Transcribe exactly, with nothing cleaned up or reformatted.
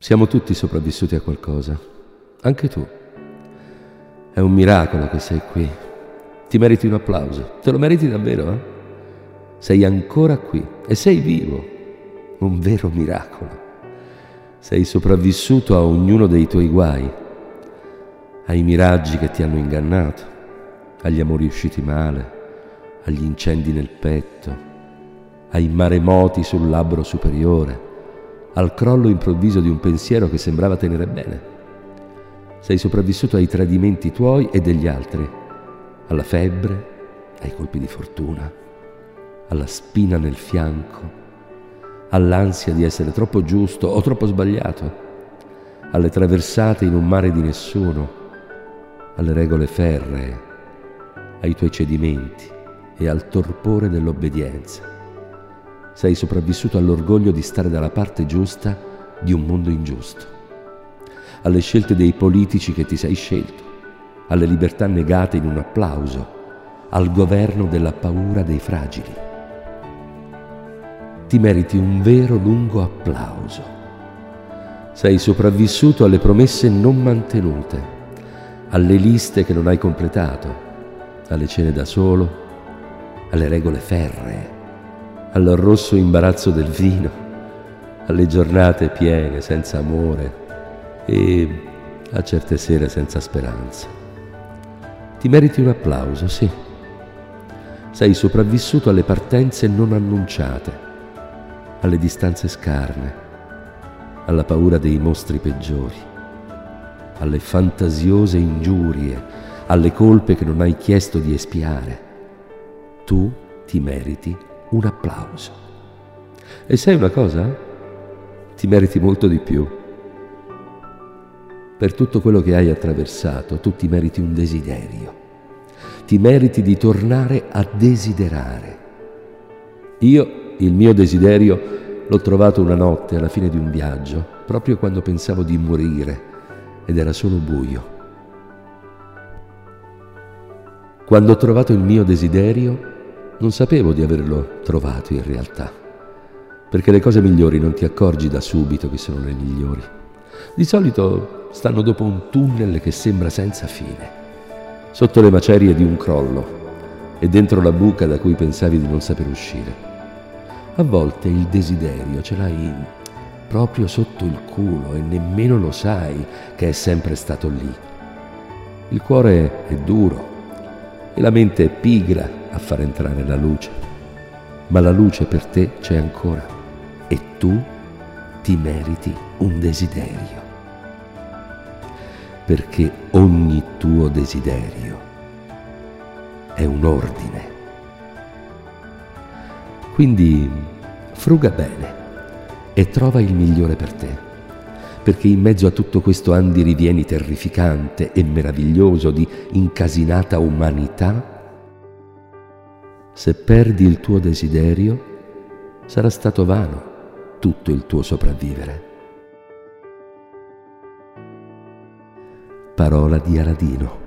Siamo tutti sopravvissuti a qualcosa, anche tu. È un miracolo che sei qui. Ti meriti un applauso, te lo meriti davvero, eh? Sei ancora qui e sei vivo, un vero miracolo. Sei sopravvissuto a ognuno dei tuoi guai, ai miraggi che ti hanno ingannato, agli amori usciti male, agli incendi nel petto, ai maremoti sul labbro superiore, al crollo improvviso di un pensiero che sembrava tenere bene. Sei sopravvissuto ai tradimenti tuoi e degli altri, alla febbre, ai colpi di fortuna, alla spina nel fianco, all'ansia di essere troppo giusto o troppo sbagliato, alle traversate in un mare di nessuno, alle regole ferree, ai tuoi cedimenti e al torpore dell'obbedienza. Sei sopravvissuto all'orgoglio di stare dalla parte giusta di un mondo ingiusto, alle scelte dei politici che ti sei scelto, alle libertà negate in un applauso, al governo della paura dei fragili. Ti meriti un vero lungo applauso. Sei sopravvissuto alle promesse non mantenute, alle liste che non hai completato, alle cene da solo, alle regole ferree, all'arrosso imbarazzo del vino, alle giornate piene senza amore e a certe sere senza speranza. Ti meriti un applauso, sì. Sei sopravvissuto alle partenze non annunciate, alle distanze scarne, alla paura dei mostri peggiori, alle fantasiose ingiurie, alle colpe che non hai chiesto di espiare. Tu ti meriti un applauso. E sai una cosa? Ti meriti molto di più. Per tutto quello che hai attraversato, tu ti meriti un desiderio. Ti meriti di tornare a desiderare. Io Il mio desiderio l'ho trovato una notte alla fine di un viaggio, proprio quando pensavo di morire ed era solo buio. Quando ho trovato il mio desiderio, non sapevo di averlo trovato in realtà, perché le cose migliori non ti accorgi da subito che sono le migliori. Di solito stanno dopo un tunnel che sembra senza fine, sotto le macerie di un crollo e dentro la buca da cui pensavi di non saper uscire. A volte il desiderio ce l'hai proprio sotto il culo e nemmeno lo sai che è sempre stato lì. Il cuore è duro e la mente è pigra a far entrare la luce, ma la luce per te c'è ancora e tu ti meriti un desiderio, perché ogni tuo desiderio è un ordine. Quindi fruga bene e trova il migliore per te, perché in mezzo a tutto questo andirivieni terrificante e meraviglioso di incasinata umanità, se perdi il tuo desiderio, sarà stato vano tutto il tuo sopravvivere. Parola di Aladino.